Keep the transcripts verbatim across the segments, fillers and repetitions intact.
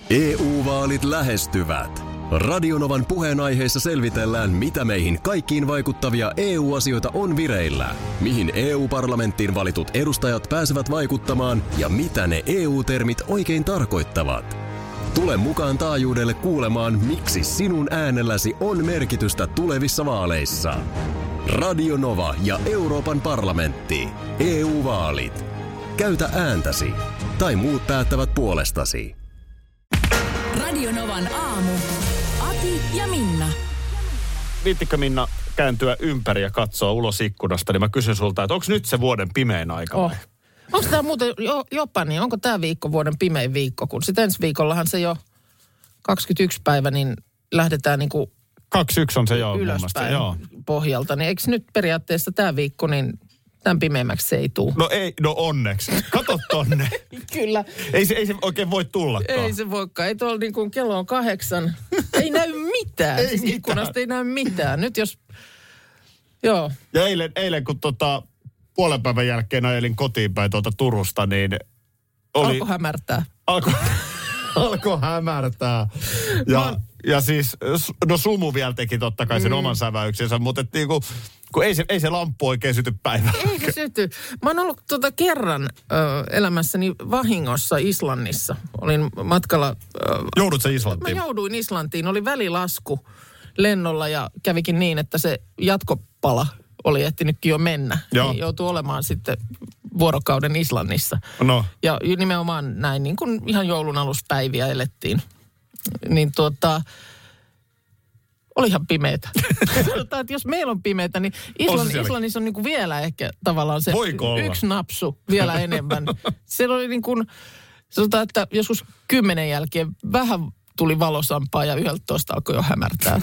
E U-vaalit lähestyvät. Radionovan puheenaiheessa selvitellään, mitä meihin kaikkiin vaikuttavia E U-asioita on vireillä, mihin E U-parlamenttiin valitut edustajat pääsevät vaikuttamaan ja mitä ne E U-termit oikein tarkoittavat. Tule mukaan taajuudelle kuulemaan, miksi sinun äänelläsi on merkitystä tulevissa vaaleissa. Radio Nova ja Euroopan parlamentti. E U-vaalit. Käytä ääntäsi. Tai muut päättävät puolestasi. Radio Novan aamu. Ati ja Minna. Viittikö Minna kääntyä ympäri ja katsoa ulos ikkunasta, niin mä kysyn sulta, että onko nyt se vuoden pimein aika oh. vai? Onko tämä muuten jo, jopa niin, onko tämä viikko vuoden pimein viikko, kun sitten ensi viikollahan se jo kaksikymmentäyksi päivä, niin lähdetään niin kuin kaksikymmentäyksi on se joo, ylöspäin joo. pohjalta, niin eikö nyt periaatteessa tämä viikko, niin tämän pimeämmäksi se ei tule? No ei, no onneksi. Kato tonne. Kyllä. Ei se, ei se oikein voi tullakaan. Ei se voikaan. Ei tuolla niin kuin kello on kahdeksan. Ei näy mitään. Ei siis mitään. Ikkunasta ei näy mitään. Nyt jos, joo. Ja eilen, eilen kun tota, puolen päivän jälkeen ajelin kotiin päin tuolta Turusta, niin oli... Alko hämärtää. Alko, alko hämärtää. Ja, Mä... ja siis, no sumu vielä teki totta kai sen mm. oman säväyksensä, mutta et niinku, kun ei se, ei se lamppu oikein syty päivällä. Ei se syty. Mä oon ollut tota kerran ö, elämässäni vahingossa Islannissa. Olin matkalla... Ö, Joudut sä Islantiin? Mä jouduin Islantiin. Oli välilasku lennolla ja kävikin niin, että se jatkopala oli ehtinytkin jo mennä. Joo. Niin joutui olemaan sitten vuorokauden Islannissa. No. Ja nimenomaan näin niin kuin ihan joulun aluspäiviä elettiin. Niin tuota... Oli ihan pimeätä. Sanotaan, että jos meillä on pimeätä, niin Islann, Islannissa on niin kuin vielä ehkä tavallaan se yksi napsu vielä enemmän. Siellä oli niin kuin, sanotaan, että joskus kymmenen jälkeen vähän tuli valosampaa ja yhdeltätoista alkoi jo hämärtää.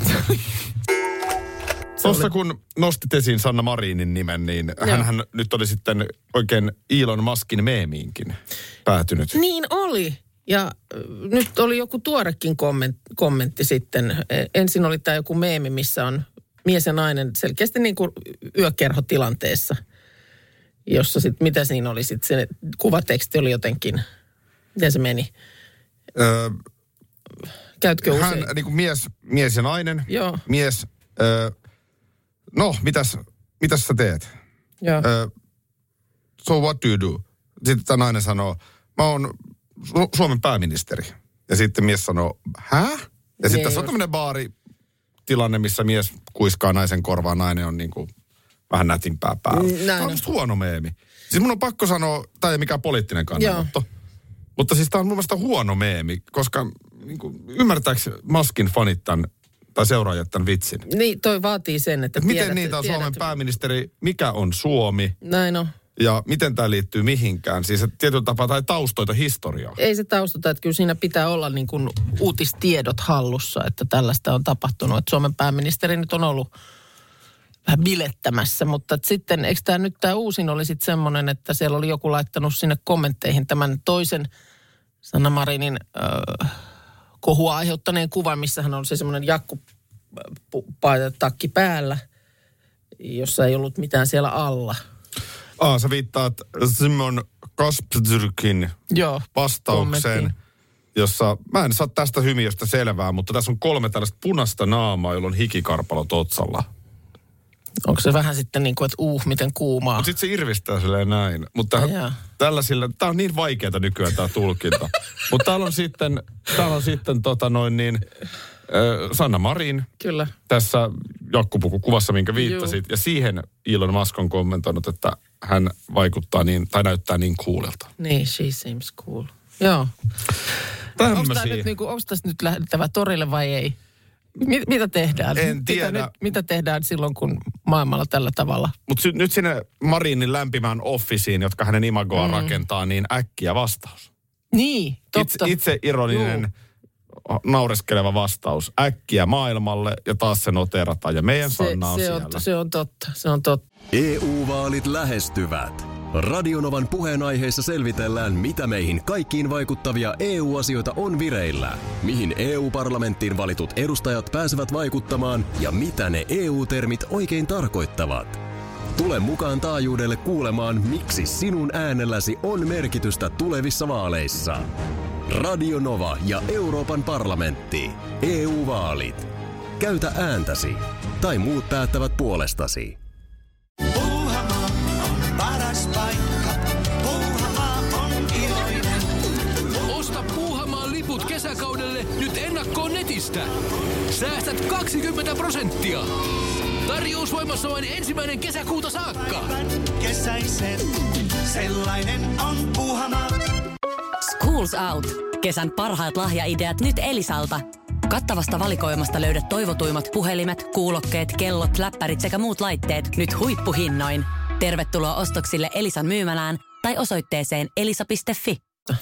Tuossa kun nostit esiin Sanna Marinin nimen, niin hänhän nyt oli sitten oikein Elon Muskin meemiinkin päätynyt. Niin oli. Ja nyt oli joku tuorekin kommentti, kommentti sitten. Ensin oli tämä joku meemi, missä on mies ja nainen selkeästi niin kuin yökerhotilanteessa, jossa sitten, mitä siinä oli sitten, se kuvateksti oli jotenkin, miten se meni? Öö, Käytkö usein? Hän, niin kuin mies, mies ja nainen, Joo. mies, öö, no, mitäs, mitäs sä teet? Joo. Öö, so what do you do? Sitten tämä nainen sanoo, mä oon Su- Suomen pääministeri. Ja sitten mies sanoo, hä? Ja sitten Niin tässä on just. tämmöinen baaritilanne, missä mies kuiskaa naisen korvaan, nainen on niin kuin vähän nätimpää päällä. Näin Tämä on on. musta huono meemi. Siis mun on pakko sanoa, tämä ei mikään poliittinen kannanotto. Mutta siis tämä on mun mielestä huono meemi, koska niin kuin, ymmärtääkö Muskin fanit tämän, tai seuraajat tämän vitsin? Niin, toi vaatii sen, että Et miten tiedät, niitä on tiedät, Suomen pääministeri, mikä on Suomi Näin on. ja miten tämä liittyy mihinkään? Siis että tietyllä tapaa tai taustoita historiaa. Ei se taustata, että kyllä siinä pitää olla niin kuin uutistiedot hallussa, että tällaista on tapahtunut. Että Suomen pääministeri nyt on ollut vähän bilettämässä, mutta sitten eikö tämä nyt tämä uusin oli sitten semmoinen, että siellä oli joku laittanut sinne kommentteihin tämän toisen Sanna Marinin äh, kohua aiheuttaneen kuvan, missä hän on se semmoinen jakkutakki päällä, jossa ei ollut mitään siellä alla. Ah, sä viittaat Simon Kaspzyrkin Joo, vastaukseen, kommentti. jossa, mä en saa tästä hymiöstä selvää, mutta tässä on kolme tällaista punaista naamaa, jolla on hikikarpalot otsalla. Onko se vähän sitten niin kuin, että uh, miten kuumaa? Mutta sitten se irvistää silleen näin. Mutta tällaisilla, tää on niin vaikeaa nykyään tää tulkinta. Mutta täällä on sitten, täällä on sitten tota noin niin, äh, Sanna Marin. Kyllä. Tässä jakkupukukuvassa, minkä viittasit. Juu. Ja siihen Elon Musk on kommentoinut, että hän vaikuttaa niin, tai näyttää niin coolilta. Niin, she seems cool. Joo. Tämmöisiä. Onko tämä nyt, niinku, nyt lähdettävä torille vai ei? Mit, mitä tehdään? En tiedä. Mitä, nyt, mitä tehdään silloin, kun maailmalla tällä tavalla? Mutta sy- nyt sinne Marinin lämpimään officiin, jotka hänen imagoa mm. rakentaa, niin äkkiä vastaus. Niin, totta. Itse, itse ironinen, Juu. naureskeleva vastaus. Äkkiä maailmalle ja taas se noterataan. Ja meidän se, Sanna on se siellä. On, se on totta, se on totta. E U-vaalit lähestyvät. Radionovan puheenaiheessa selvitellään, mitä meihin kaikkiin vaikuttavia E U-asioita on vireillä, mihin E U-parlamenttiin valitut edustajat pääsevät vaikuttamaan ja mitä ne E U-termit oikein tarkoittavat. Tule mukaan taajuudelle kuulemaan, miksi sinun äänelläsi on merkitystä tulevissa vaaleissa. Radio Nova ja Euroopan parlamentti. E U-vaalit. Käytä ääntäsi. Tai muut päättävät puolestasi. Puuhamaa on paras paikka. Puuhamaa on iloinen. Osta Puuhamaan liput kesäkaudelle nyt ennakkoon netistä. Säästät kaksikymmentä prosenttia. Tarjous voimassa vain ensimmäinen kesäkuuta saakka. Päivän kesäisen, sellainen on Puuhamaa. Schools Out. Kesän parhaat lahjaideat nyt Elisalta. Kattavasta valikoimasta löydät toivotuimmat puhelimet, kuulokkeet, kellot, läppärit sekä muut laitteet nyt huippuhinnoin. Tervetuloa ostoksille Elisan myymälään tai osoitteeseen elisa piste fi.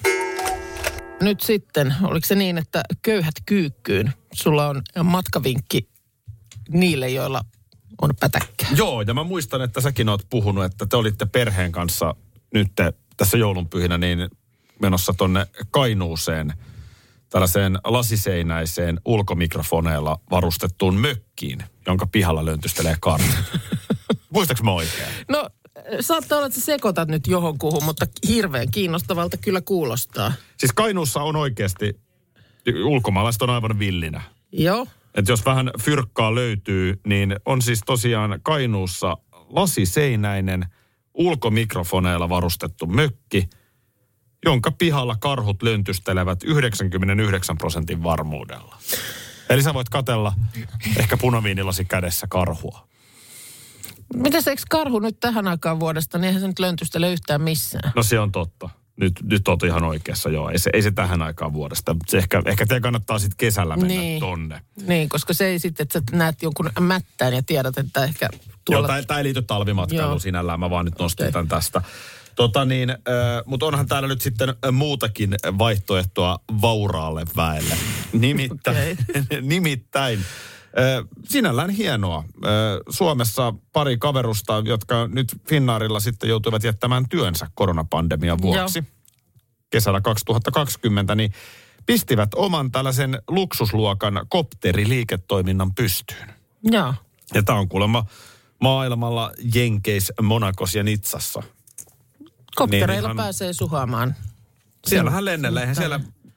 Nyt sitten, oliko se niin, että köyhät kyykkyyn? Sulla on matkavinkki niille, joilla on pätäkkää. Joo, ja mä muistan, että säkin oot puhunut, että te olitte perheen kanssa nyt tässä joulunpyhinä niin menossa tonne Kainuuseen, tällaiseen lasiseinäiseen ulkomikrofoneilla varustettuun mökkiin, jonka pihalla löntystelee karhu. Muistaaks mä oikein? No, saattaa olla, että sä sekoitat nyt johonkuhun, mutta hirveän kiinnostavalta kyllä kuulostaa. Siis Kainuussa on oikeasti, ulkomaalaiset on aivan villinä. Joo. Että jos vähän fyrkkaa löytyy, niin on siis tosiaan Kainuussa lasiseinäinen ulkomikrofoneilla varustettu mökki, jonka pihalla karhut löntystelevät yhdeksänkymmentäyhdeksän prosentin varmuudella. Eli sä voit katella ehkä punaviinilasi kädessä karhua. Mitäs eikö karhu nyt tähän aikaan vuodesta, niin eihän se nyt löntystele yhtään missään? No se on totta. Nyt, nyt oot ihan oikeassa, joo. Ei se, ei se tähän aikaan vuodesta. Se ehkä, ehkä teidän kannattaa sitten kesällä mennä niin tonne. Niin, koska se ei sitten, että sä näet jonkun mättään ja tiedät, että ehkä tuolla... Joo, tämä ei liity talvimatkailuun sinällään. Mä vaan nyt nostin Okay. tämän tästä. Tota niin, äh, mutta onhan täällä nyt sitten muutakin vaihtoehtoa vauraalle väelle. Nimittäin, nimittäin äh, sinällään hienoa. Äh, Suomessa pari kaverusta, jotka nyt Finnairilla sitten joutuivat jättämään työnsä koronapandemian vuoksi. Joo. Kesällä kaksituhattakaksikymmentä, niin pistivät oman tällaisen luksusluokan kopteriliiketoiminnan pystyyn. Joo. Ja tämä on kuulemma maailmalla Jenkeissä, Monacossa ja Nitsassa. Koptereilla niin ihan, pääsee suhaamaan. Siellähän lennellä, eihän siellä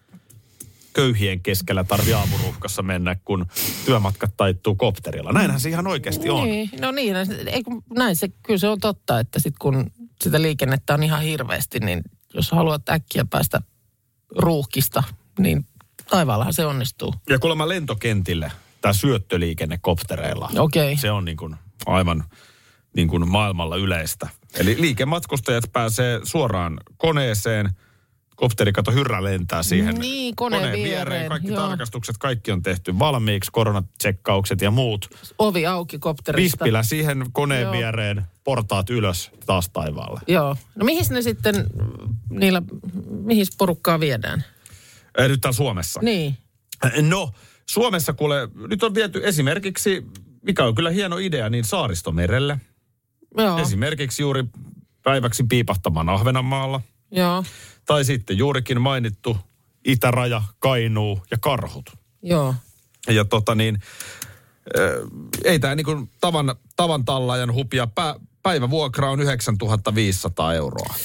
köyhien keskellä tarvi aamuruuhkassa mennä, kun työmatkat taittuu kopterilla. Näinhän se ihan oikeasti on. Niin, no niin, ei, näin se, kyllä se on totta, että sit kun sitä liikennettä on ihan hirveästi, niin jos haluat äkkiä päästä ruuhkista, niin taivaallahan se onnistuu. Ja kuulemma lentokentille tämä syöttöliikenne koptereilla, Okei. se on niin kuin aivan niin kuin maailmalla yleistä. Eli liikematkustajat pääsee suoraan koneeseen, kopteri kato hyrrä lentää siihen niin, koneen, koneen viereen. viereen. Kaikki joo. tarkastukset, kaikki on tehty valmiiksi, koronatsekkaukset ja muut. Ovi auki kopterista. Vispilä siihen koneen joo. viereen, portaat ylös taas taivaalle. Joo. No mihin ne sitten, niillä, mihin porukkaa viedään? Äh, nyt täällä Suomessa. Niin. No, Suomessa kuule, nyt on viety esimerkiksi, mikä on kyllä hieno idea, niin Saaristomerelle. Joo. Esimerkiksi juuri päiväksi piipahtamaan Ahvenanmaalla. Joo. Tai sitten juurikin mainittu itäraja, Kainuu ja karhut. Joo. Ja tota niin, äh, ei tämä niin kuin tavan, tavan tallaajan hupia. Pä, päivävuokra on yhdeksäntuhattaviisisataa euroa.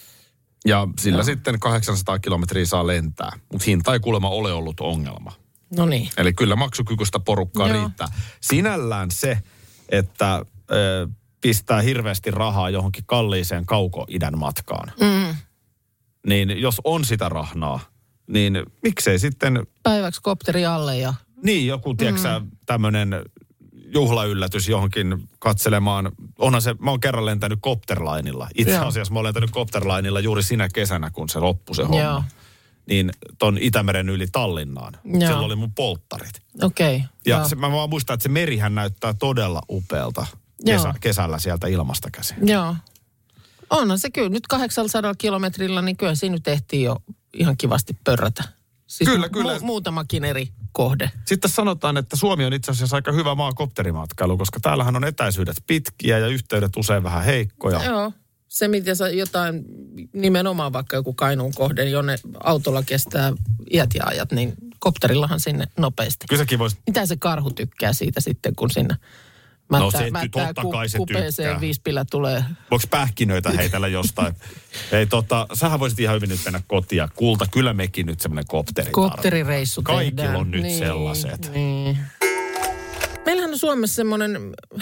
Ja sillä Joo. sitten kahdeksansataa kilometriä saa lentää. Mutta hinta ei kuulemma ole ollut ongelma. No niin. Eli kyllä maksukykyistä porukkaa Joo. riittää. Sinällään se, että äh, pistää hirveästi rahaa johonkin kalliiseen kauko-idän matkaan. Mm. Niin jos on sitä rahnaa, niin miksei sitten... Päiväksi kopteri alle ja... Niin, joku, tiedätkö mm. tämmöinen juhlayllätys johonkin katselemaan. Onhan se, mä oon kerran lentänyt Copterlinella. Itse Joo. asiassa mä oon lentänyt Copterlinella juuri sinä kesänä, kun se loppui se homma. Joo. Niin ton Itämeren yli Tallinnaan. Joo. Siellä oli mun polttarit. Okei. Okay. Ja se, mä vaan muistan, että se merihän näyttää todella upealta kesä, kesällä sieltä ilmasta käsin. Joo. Onhan se kyllä. Nyt kahdeksansataa kilometrillä, niin kyllä siinä nyt tehtiin jo ihan kivasti pörrätä. Siis kyllä, mu- kyllä. Muutamakin eri kohde. Sitten sanotaan, että Suomi on itse asiassa aika hyvä maa kopterimatkailu, koska täällähän on etäisyydet pitkiä ja yhteydet usein vähän heikkoja. Joo. Se, mitä sä jotain, nimenomaan vaikka joku Kainuun kohde, jonne autolla kestää iät ja ajat, niin kopterillahan sinne nopeasti. Kyllä säkin vois... Mitä se karhu tykkää siitä sitten, kun sinne No se totta kai se tykkää. Viispillä tulee. Voiko pähkinöitä heitellä jostain? Ei tota, sähän voisit ihan hyvin nyt mennä kotiin. Kulta, kyllä mekin nyt semmoinen kopteri. Kopterireissu tehdään. Kaikilla on nyt niin, sellaiset. Niin. Meillähän on Suomessa semmoinen,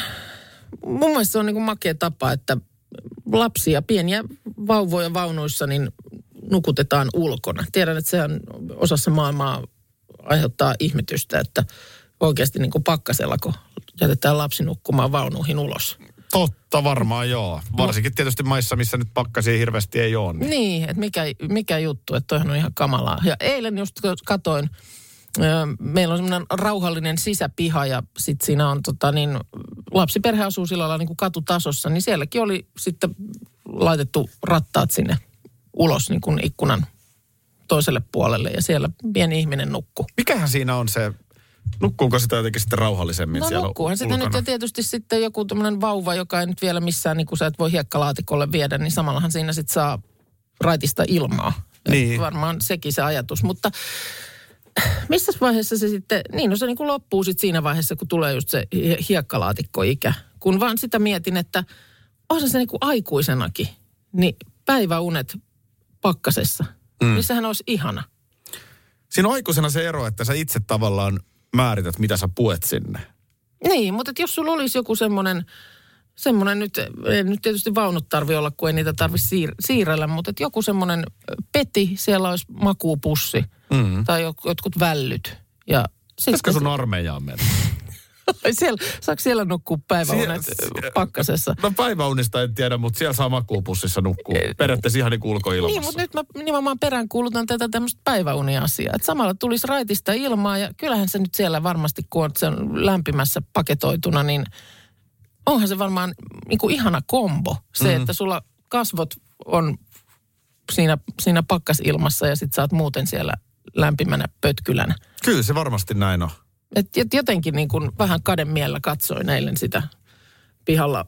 mun mielestä se on niin kuin makea tapa, että lapsia, pieniä vauvoja vaunuissa, niin nukutetaan ulkona. Tiedän, että sehän osassa maailmaa aiheuttaa ihmetystä, että oikeasti niin kuin pakkasella, kun jätetään lapsi nukkumaan vaunuihin ulos. Totta varmaan joo. Varsinkin tietysti maissa, missä nyt pakkasia hirveästi ei ole. Niin, niin että mikä, mikä juttu, että toihan on ihan kamalaa. Ja eilen just katoin, meillä on semmoinen rauhallinen sisäpiha ja sitten siinä on tota niin, lapsiperhe asuu sillä lailla niin kuin katutasossa, niin sielläkin oli sitten laitettu rattaat sinne ulos niin kuin ikkunan toiselle puolelle ja siellä pieni ihminen nukkuu. Mikähän siinä on se, nukkuuko sitä jotenkin sitten rauhallisemmin no, siellä nukkuuhan sitä nyt ja tietysti sitten joku tämmöinen vauva, joka ei nyt vielä missään, niin kuin sä et voi hiekkalaatikolle viedä, niin samallahan siinä sitten saa raitista ilmaa. Niin. Varmaan sekin se ajatus, mutta missä vaiheessa se sitten, niin no se niin kuin loppuu sitten siinä vaiheessa, kun tulee just se hiekkalaatikkoikä. Kun vaan sitä mietin, että onhan se niin kuin aikuisenakin, niin päiväunet pakkasessa, mm. niin sehän olisi ihana. Siinä on aikuisena se ero, että sä itse tavallaan määrität, mitä sä puet sinne. Niin, mutta jos sulla olisi joku semmoinen, semmoinen nyt, ei nyt tietysti vaunut tarvi olla, kun ei niitä tarvitse siir- siirrellä, mutta että joku semmoinen peti, siellä olisi makuupussi mm. tai jotkut vällyt. Ja pitäisikö sun armeijaan mennä? Siellä, saako siellä nukkua päiväunet Sie- pakkasessa? No päiväunista en tiedä, mutta siellä saa makuupussissa nukkua. Periaatteessa ihan niin kuin ulkoilmassa. Niin, mutta nyt mä nimenomaan peräänkuulutan tätä tämmöistä päiväuniasiaa. Että samalla tulisi raitista ilmaa ja kyllähän se nyt siellä varmasti, kun on sen lämpimässä paketoituna, niin onhan se varmaan niin kuin ihana kombo. Se, mm-hmm. että sulla kasvot on siinä, siinä pakkasilmassa ja sit sä oot muuten siellä lämpimänä pötkylänä. Kyllä se varmasti näin on. Että jotenkin niin kuin vähän kademiellä katsoin eilen sitä pihalla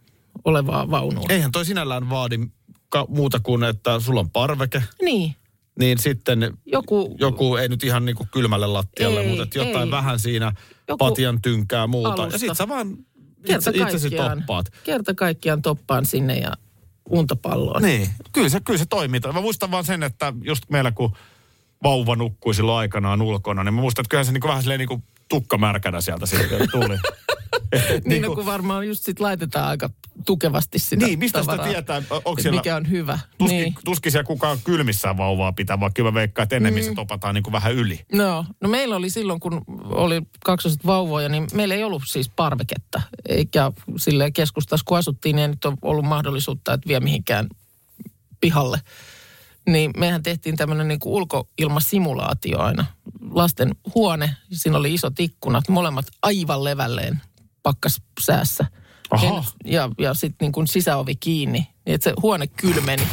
olevaa vaunua. Eihän toi sinällään vaadi ka- muuta kuin, että sulla on parveke. Niin. Niin sitten joku, joku ei nyt ihan niin kuin kylmälle lattialle, ei, mutta jotain ei. Vähän siinä joku patjan tynkää muuta. Alusta. Ja sit sä vaan itse, itsesi toppaat. Kerta kaikkiaan toppaan sinne ja untapalloon. Niin, kyllä se, kyllä se toimii. Mä muistan vaan sen, että just meillä kun vauva nukkui silloin aikanaan ulkona, niin mä muistan, että kyllähän se niin kuin vähän silleen niin kuin tukka märkänä sieltä siitä tuli. niin, niin kuin, kun varmaan just sit laitetaan aika tukevasti sitä niin, mistä tavaraa, sitä tietää, onko siellä, mikä on hyvä. Tuskin, niin. tuskin siellä kukaan kylmissään vauvaa pitää, vaan kyllä mä veikkaan, että ennemmin mm. se topataan niin kuin vähän yli. No, no meillä oli silloin, kun oli kaksoset vauvoja, niin meillä ei ollut siis parveketta. Eikä silleen keskustassa, kun asuttiin, niin ei nyt ole ollut mahdollisuutta, että vie mihinkään pihalle. Niin mehän tehtiin tämmöinen niin kuin ulkoilmasimulaatio aina. Lasten huone, siinä oli isot ikkunat, molemmat aivan levälleen pakkassäässä. En, ja ja sitten niin kuin sisäovi kiinni, niin että se huone kylmeni.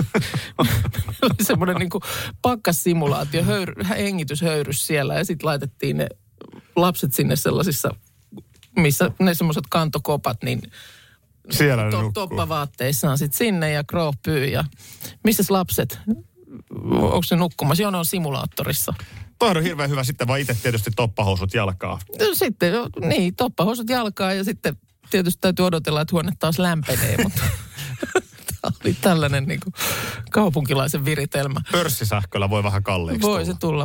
Oli semmoinen niin kuin pakkassimulaatio, höyry, hengityshöyrys siellä ja sitten laitettiin ne lapset sinne sellaisissa, missä ne semmoiset kantokopat, niin siellä ne to, toppavaatteissaan sitten sinne ja kroopyy ja missäs lapset? Onko se nukkumassa? Joo, ne on simulaattorissa. Toi on hirveän hyvä. Sitten vaan itse tietysti toppahousut jalkaa. Sitten, niin, toppahousut jalkaa ja sitten tietysti täytyy odotella, että huone taas lämpenee, mutta tämä oli tällainen niin kuin kaupunkilaisen viritelmä. Pörssisähköllä voi vähän kalliiksi Voi tulla. se tulla.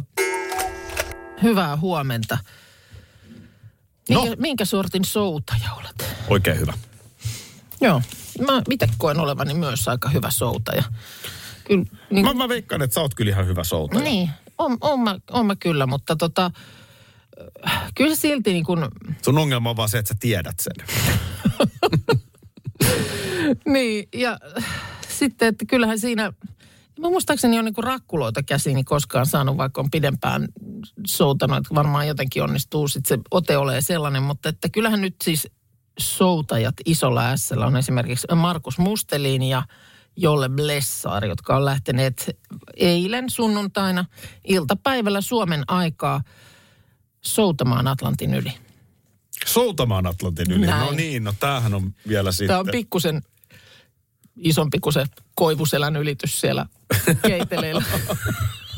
Hyvää huomenta. Minkä, no. minkä sortin soutaja olet? Oikein hyvä. Joo. Mä itse koen olevani myös aika hyvä soutaja. Kyllä, niin, mä, mä veikkaan, että sä oot kyllä ihan hyvä soutaja. Niin, on, on, mä, on mä kyllä, mutta tota, kyllä silti niin kuin sun ongelma on vaan se, että sä tiedät sen. Niin, ja sitten, että kyllähän siinä, mä muistaakseni on niin kuin rakkuloita käsiini koskaan saanut, vaikka on pidempään soutanut, että varmaan jotenkin onnistuu sitten se ote olee sellainen, mutta että kyllähän nyt siis soutajat isolla ässällä on esimerkiksi Markus Mustelin ja Jolle Blessaari, jotka on lähteneet eilen sunnuntaina iltapäivällä Suomen aikaa soutamaan Atlantin yli. Soutamaan Atlantin yli? Näin. No niin, no tämähän on vielä sitten. Tämä on pikkusen isompi kuin se Koivuselän ylitys siellä keiteleillä.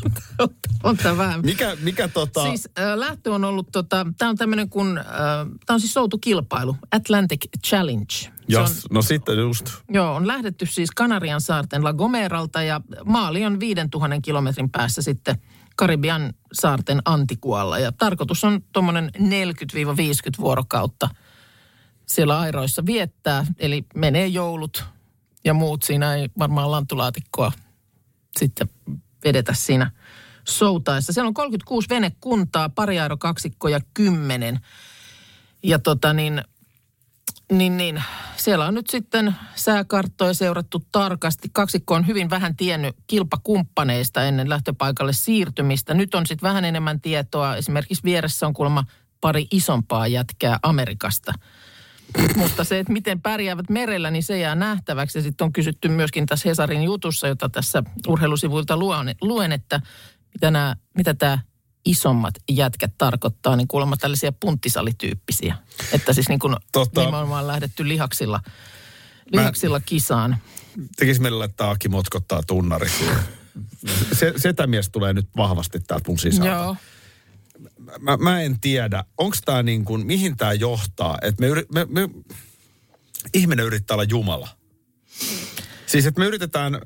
on tämä vähän. Mikä, mikä tota... Siis äh, lähtö on ollut, tota, tämä on tämmöinen kuin, äh, tämä on siis soutukilpailu, Atlantic Challenge. Jos, on, no sitten just. Joo, on lähdetty siis Kanarian saarten La Gomeralta ja maali on viidentuhannen kilometrin päässä sitten Karibian saarten Antikualla. Ja tarkoitus on tuommoinen neljäkymmentä viisikymmentä vuorokautta siellä airoissa viettää. Eli menee joulut ja muut. Siinä ei varmaan lanttulaatikkoa sitten vedetä siinä soutaessa. Siellä on kolmekymmentäkuusi venekuntaa, pari aerokaksikko ja kymmenen. Ja tota niin, niin, niin, siellä on nyt sitten sääkarttoja seurattu tarkasti. Kaksikko on hyvin vähän tiennyt kilpakumppaneista ennen lähtöpaikalle siirtymistä. Nyt on sitten vähän enemmän tietoa. Esimerkiksi vieressä on kuulemma pari isompaa jätkää Amerikasta. Mutta se, että miten pärjäävät merellä, niin se jää nähtäväksi. Ja sitten on kysytty myöskin tässä Hesarin jutussa, jota tässä urheilusivuilta luen, luen että mitä, nämä, mitä tämä isommat jätkät tarkoittaa, niin kuulemma tällaisia punttisalityyppisiä. Että siis niin kuin tota, nimenomaan lähdetty lihaksilla, lihaksilla kisaan. Tekisi meille laittaa Aki motkottaa tunnari. Se, setämies tulee nyt vahvasti täältä mun sisältä. Joo. Mä, mä en tiedä, onko tämä niin kuin, mihin tämä johtaa, että me, yri, me, me, ihminen yrittää olla Jumala. Siis, että me yritetään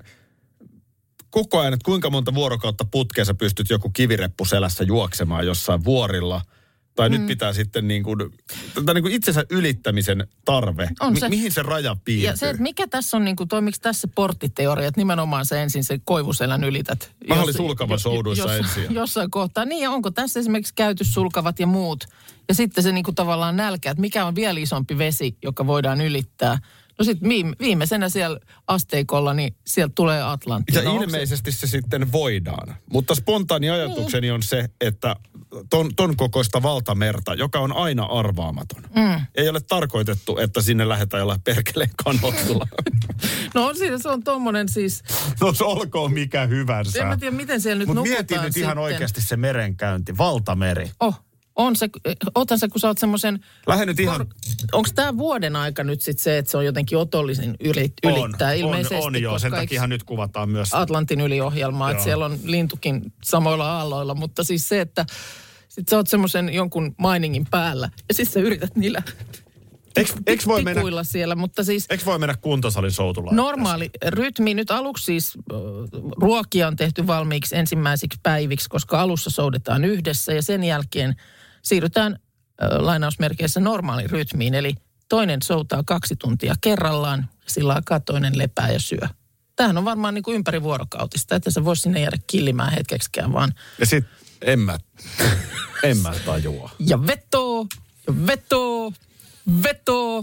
koko ajan, että kuinka monta vuorokautta putkeessa pystyt joku kivireppu selässä juoksemaan jossain vuorilla. Tai mm. nyt pitää sitten niin kuin, tätä niin kuin itsensä ylittämisen tarve. Mi- mihin se raja piirtyy? Ja se, että mikä tässä on, niin kuin, toimiko tässä porttiteoria, että nimenomaan se ensin se koivuselän ylität. Mä olin sulkavan souduissa jos, ensin. Jossain kohtaa. Niin, ja onko tässä esimerkiksi käyty sulkavat ja muut? Ja sitten se niin kuin tavallaan nälkä, että mikä on vielä isompi vesi, joka voidaan ylittää. No sitten viimeisenä siellä asteikolla, niin sieltä tulee Atlantti. Ja no, ilmeisesti se... se sitten voidaan. Mutta spontaani ajatukseni niin on se, että ton, ton kokoista valtamerta, joka on aina arvaamaton, mm. ei ole tarkoitettu, että sinne lähdetään jollain perkeleen kanotulla. No siinä se on tommonen siis... No se olkoon mikä hyvänsä. En mä tiedä, miten siellä nyt Mut nukutaan mietin nyt sitten. ihan oikeasti se merenkäynti, valtameri. Oh. On se, otan se, kun sä oot semmoisen... Lähde nyt ihan... Onko tämä vuoden aika nyt sitten se, että se on jotenkin otollisen yli, ylittää? On, ilmeisesti, on, on joo. Sen takia nyt kuvataan myös... Atlantin yliohjelmaa, että siellä on lintukin samoilla aalloilla, mutta siis se, että sit sä oot semmoisen jonkun mainingin päällä ja siis sä yrität niillä... Eikö, eikö voi mennä, siellä, mutta siis... Eikö voi mennä kuntosalin soutulla? Normaali rytmi. Nyt aluksi siis äh, ruokia on tehty valmiiksi ensimmäisiksi päiviksi, koska alussa soudetaan yhdessä ja sen jälkeen siirrytään äh, lainausmerkeissä normaaliin rytmiin. Eli toinen soutaa kaksi tuntia kerrallaan, sillä aikaa toinen lepää ja syö. Tämähän on varmaan niin kuin ympärivuorokautista, että sä vois sinne jäädä killimään hetkeksikään vaan. Ja sit en mä, en mä tajua. Ja vetoo, ja vetoo. Veto!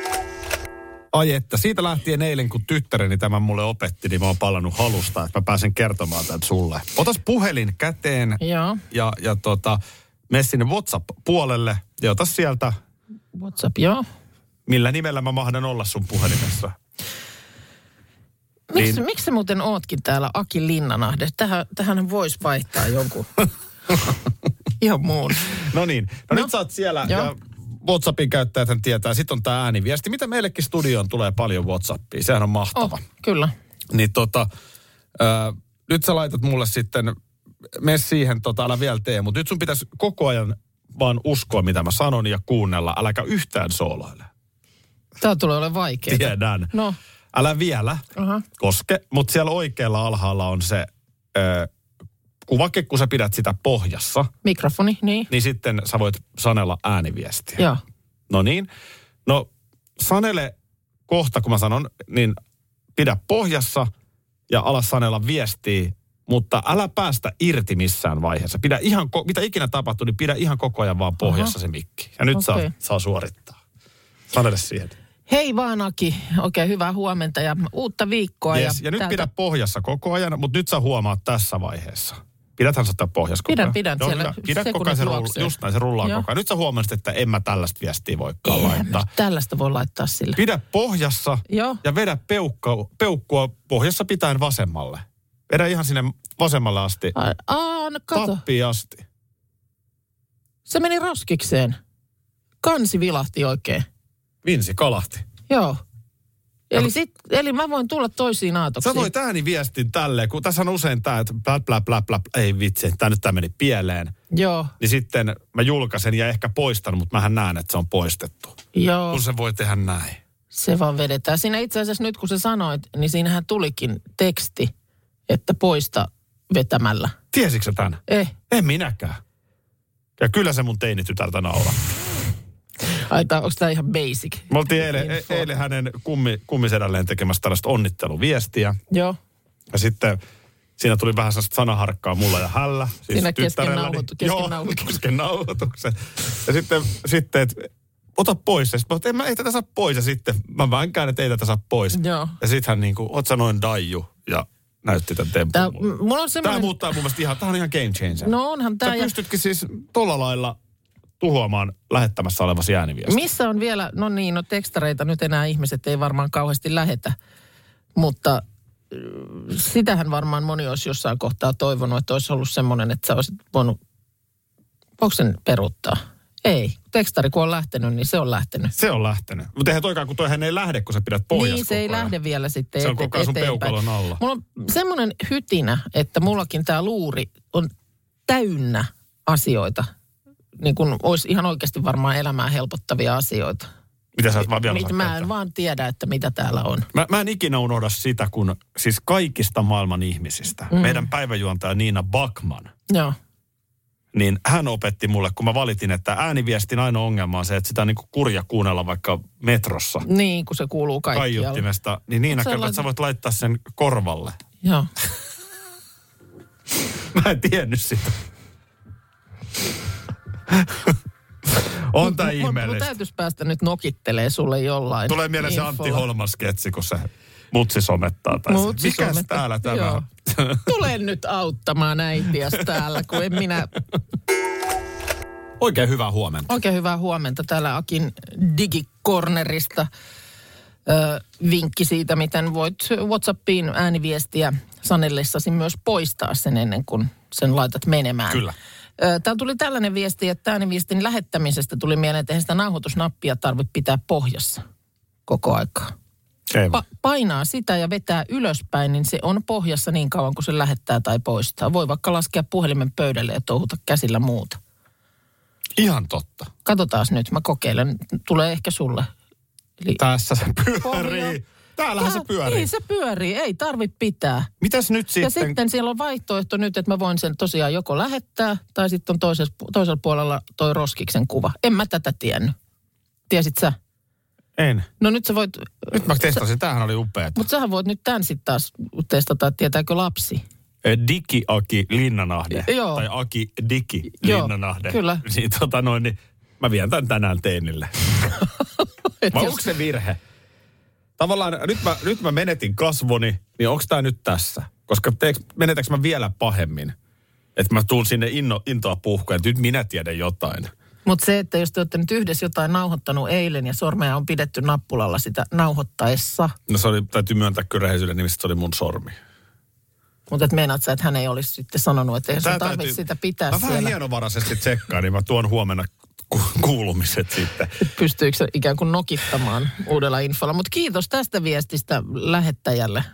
Ai että, siitä lähtien eilen, kun tyttäreni tämän mulle opetti, niin mä oon palannut halusta, että mä pääsen kertomaan tämän sulle. Otas puhelin käteen Joo. ja, ja tota, mene sinne WhatsApp-puolelle ja otas sieltä... WhatsApp, joo. Millä nimellä mä mahdan olla sun puhelimessa? Miksi, niin... miksi sä muuten ootkin täällä Aki Linnanahde? Tähän, tähän voisi vaihtaa jonkun ihan muun. No niin, no, no nyt sä oot siellä joo. Ja WhatsAppin käyttäjäthän tietää. Sitten on tää ääniviesti. Mitä meillekin studioon tulee paljon WhatsAppia. Sehän on mahtava. Oh, kyllä. Niin tota, ää, nyt sä laitat mulle sitten, mene siihen, tota, älä vielä tee, mutta nyt sun pitäisi koko ajan vaan uskoa, mitä mä sanon ja kuunnella. Äläkä yhtään sooloile. Tää tulee olemaan vaikeaa. Tiedän. No. Älä vielä uh-huh. koske, mutta siellä oikealla alhaalla on se ää, kuvake, kun sä pidät sitä pohjassa. Mikrofoni, niin. Niin sitten sä voit sanella ääniviestiä. Joo. No niin. No sanele kohta, kun mä sanon, niin pidä pohjassa ja ala sanella viestiä, mutta älä päästä irti missään vaiheessa. Pidä ihan, mitä ikinä tapahtuu, niin pidä ihan koko ajan vaan pohjassa Aha. se mikki. Ja nyt okay. saa, saa suorittaa. Sanele siihen. Hei vaan Aki, oikein hyvää huomenta ja uutta viikkoa. Yes. Ja, ja nyt täältä... pidä pohjassa koko ajan, mutta nyt sä huomaat tässä vaiheessa. Pidäthän sä ottaa pohjassa koko ajan. Pidän, pidän. Joo, pidä koko ajan se rullaa. Just näin, se rullaa Joo. koko ajan. Nyt sä huomasit, että en mä tällaista viestiä voikaan Eihän laittaa. Tällaista voi laittaa sille. Pidä pohjassa Joo. ja vedä peukkua, peukkua pohjassa pitäen vasemmalle. Vedä ihan sinne vasemmalle asti. Aa, no kato. Tappiin asti. Se meni roskikseen. Kansi vilahti oikein. Vinsi kalahti. Joo. Eli, sit, eli mä voin tulla toisiin aatoksiin. Sä voit ääniviestin tälleen, kun tässä on usein tää, että blä, blä, blä, blä, ei vitsi, tää nyt tää meni pieleen. Joo. Niin sitten mä julkaisen ja ehkä poistan, mutta mähän näen, että se on poistettu. Joo. Kun se voi tehdä näin. Se vaan vedetään. Siinä itse asiassa nyt kun sä sanoit, niin siinähän tulikin teksti, että poista vetämällä. Tiesitkö sä tän? Eh. En minäkään. Ja kyllä se mun teinitytärtä nauraa. Ai, onko tämä ihan basic? Me oltiin eilen, e- eilen hänen kummi, kummisedälleen tekemässä tällaista onnitteluviestiä. Joo. Ja sitten siinä tuli vähän sellaista sanaharkkaa mulla ja hällä. Siis siinä kesken, nauhoitu, kesken joo, nauhoituksen. kesken nauhoituksen. Ja sitten, sitten että ota pois. Ja sitten mä en mä ei tätä saa pois. Ja sitten mä vaan käännän, että ei tätä saa pois. Joo. Ja sitten hän niin kuin, oot sä noin daiju? Ja näytti tämän tempun Tää, mulle. mulla on semmoinen... Tämä muuttaa mun mielestä ihan, tämä on ihan game changer. No onhan tämä. Sä ja... pystytkin siis tolla lailla tuhoamaan lähettämässä olevasi ääniviesti. Missä on vielä, no niin, no tekstareita nyt enää ihmiset ei varmaan kauheasti lähetä, mutta sitähän varmaan moni olisi jossain kohtaa toivonut, että olisi ollut semmoinen, että sä olisit voinut, voiko sen peruuttaa? Ei. Tekstari kun on lähtenyt, niin se on lähtenyt. Se on lähtenyt. Mutta eihän toikaan, kun toihan ei lähde, kun sä pidät pohjassa. Niin, se ei lähde vielä sitten se on ete- koko ajan sun peukalon alla. Mulla on semmoinen hytinä, että mullakin tämä luuri on täynnä asioita. Niin kuin olisi ihan oikeasti varmaan elämää helpottavia asioita. Mitä sä et vaan vielä Mit, saa Mä en käyttää? vaan tiedä, että mitä täällä on. Mä, mä en ikinä unohda sitä, kun siis kaikista maailman ihmisistä, mm. meidän päiväjuontaja Niina Backman, Joo. niin hän opetti mulle, kun mä valitin, että ääniviestin ainoa ongelma on se, että sitä on niin kuin kurja kuunnella vaikka metrossa. Niin, kun se kuuluu kaikkialle. Kaiuttimesta. Niin Niina kertoo, että sä voit laittaa sen korvalle. Joo. Mä en tiennyt sitä. On tää Mun, mun ihmeellistä. täytyisi päästä nyt nokittelee sulle jollain. Tulee mieleen se Antti Holman sketsi, kun se mutsi somettaa. Tai Mutsi se. Mikäs somettaa. täällä tämä? Joo. Tule nyt auttamaan äitiäs täällä, kun en minä... Oikein hyvää huomenta. Oikein hyvää huomenta täällä Akin digikornerista. Ö, vinkki siitä, miten voit WhatsAppiin ääniviestiä sanellessasi myös poistaa sen ennen kuin sen laitat menemään. Kyllä. Täällä tuli tällainen viesti, että ääniviestin lähettämisestä tuli mieleen, että eihän sitä nauhoitusnappia tarvitse pitää pohjassa koko aikaa. Pa- painaa sitä ja vetää ylöspäin, niin se on pohjassa niin kauan, kun se lähettää tai poistaa. Voi vaikka laskea puhelimen pöydälle ja touhuta käsillä muuta. Ihan totta. Katsotaan nyt, mä kokeilen. Tulee ehkä sulle. Eli Tässä se pyörii. pohja. Täällähän Tää, se pyörii. Niin se pyörii, ei tarvitse pitää. Mitäs nyt sitten? Ja sitten siellä on vaihtoehto nyt, että mä voin sen tosiaan joko lähettää, tai sitten on toisessa, toisella puolella toi roskiksen kuva. En mä tätä tiennyt. Tiesit sä? En. No nyt sä voit... Nyt mä testasin, tämähän oli upeeta. Mutta sähän voit nyt tän sitten taas testata, että tietääkö lapsi. Diki Aki Linnanahde. Joo. Tai Aki Diki Joo, Linnanahde. kyllä. Niin tota noin, niin mä vien tän tänään teinille. Et Vai jos- onko se virhe? Tavallaan nyt mä, nyt mä menetin kasvoni, niin onko tää nyt tässä? Koska teeks, menetäks mä vielä pahemmin? Että mä tuun sinne inno, intoa puhkuun, että nyt minä tiedän jotain. Mutta se, että jos te olette nyt yhdessä jotain nauhoittanut eilen ja sormea on pidetty nappulalla sitä nauhoittaessa, No se oli, täytyy myöntää kyllä rehellisyyden nimistä, se oli mun sormi. mutta et meinaat sä, että hän ei olisi sitten sanonut, että ei Tää se tarvitse täytyy- sitä pitää Mä siellä. vähän hienovaraisesti tsekkaan, niin mä tuon huomenna ku- kuulumiset sitten. Pystyykö se ikään kuin nokittamaan uudella infolla. Mutta kiitos tästä viestistä lähettäjälle.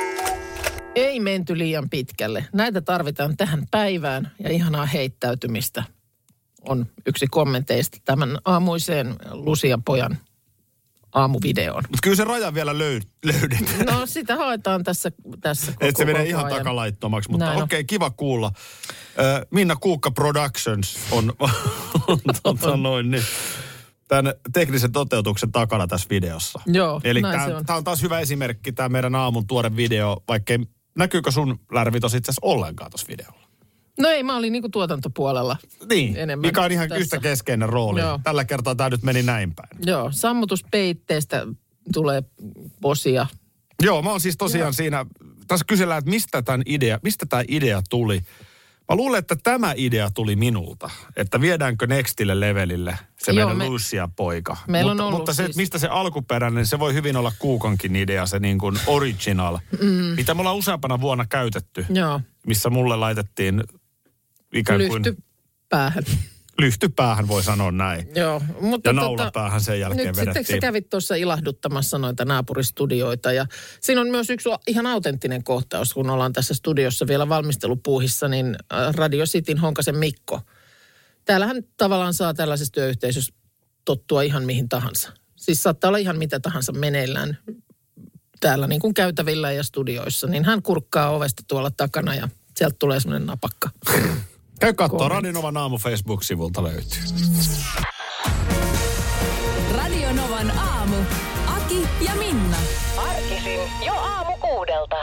Ei menty liian pitkälle. Näitä tarvitaan tähän päivään ja ihanaa heittäytymistä on yksi kommenteista tämän aamuiseen Lucian pojan aamuvideoon. Mutta kyllä se raja vielä löy- löydetään. No sitä haetaan tässä, tässä koko, Että se menee koko ihan ajan. takalaittomaksi, mutta Näin on. okei, kiva kuulla. Ö, Minna Kuukka Productions on, on tota noin, niin, tämän teknisen toteutuksen takana tässä videossa. Joo, Eli näin se on. tämä on taas hyvä esimerkki, tämä meidän aamun tuore video, vaikkei näkyykö sun lärvitos itse asiassa ollenkaan tuossa videolla? No ei, mä olin niinku tuotantopuolella. Niin, Enemmän mikä on ihan tässä. yhtä keskeinen rooli. Joo. Tällä kertaa tämä nyt meni näin päin. Joo, sammutuspeitteestä tulee posia. Joo, mä oon siis tosiaan Joo. siinä, tässä kysellään, että mistä tämän idea, mistä tämä idea tuli. Mä luulen, että tämä idea tuli minulta, että viedäänkö nextille levelille se Joo, meidän me- Lucia-poika. Meillä on mutta, ollut mutta se, siis- mistä se alkuperäinen, se voi hyvin olla Kuukonkin idea, se niin kuin original, mm. mitä me ollaan useampana vuonna käytetty, Joo, missä mulle laitettiin ikään kuin... lyhty päähän. lyhtypäähän voi sanoa näin. Joo, mutta ja tota, naulapäähän sen jälkeen nyt vedettiin. Nyt sitten sä kävit tuossa ilahduttamassa noita naapuristudioita ja siinä on myös yksi ihan autenttinen kohtaus, kun ollaan tässä studiossa vielä valmistelupuuhissa, niin Radio Cityn Honkasen Mikko. Täällähän tavallaan saa tällaisessa työyhteisössä tottua ihan mihin tahansa. Siis saattaa olla ihan mitä tahansa meneillään täällä niin kuin käytävillä ja studioissa, niin hän kurkkaa ovesta tuolla takana ja sieltä tulee semmoinen napakka. Käy katsoa, Radio Novan aamu Facebook-sivulta löytyy. Radio Novan aamu. Aki ja Minna. Arkisin jo aamu kuudelta.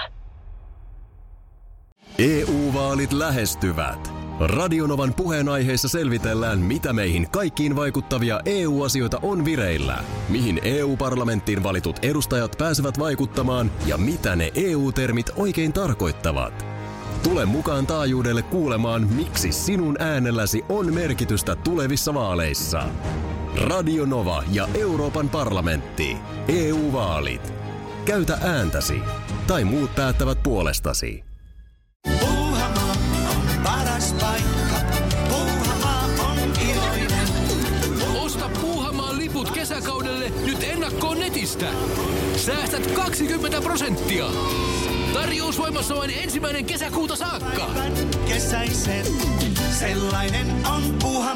E U-vaalit lähestyvät. Radionovan puheenaiheessa selvitellään, mitä meihin kaikkiin vaikuttavia E U-asioita on vireillä, mihin E U-parlamenttiin valitut edustajat pääsevät vaikuttamaan ja mitä ne E U-termit oikein tarkoittavat. Tule mukaan taajuudelle kuulemaan, miksi sinun äänelläsi on merkitystä tulevissa vaaleissa. Radio Nova ja Euroopan parlamentti. E U-vaalit. Käytä ääntäsi. Tai muut päättävät puolestasi. Puuhamaa on paras paikka. Puuhamaa on iloinen. Osta Puuhamaan liput kesäkaudelle nyt ennakkoon netistä. Säästät kaksikymmentä prosenttia. Tarjous voimassa vain ensimmäinen kesäkuuta saakka. Päivän kesäisen. Sellainen on Puuhamaa.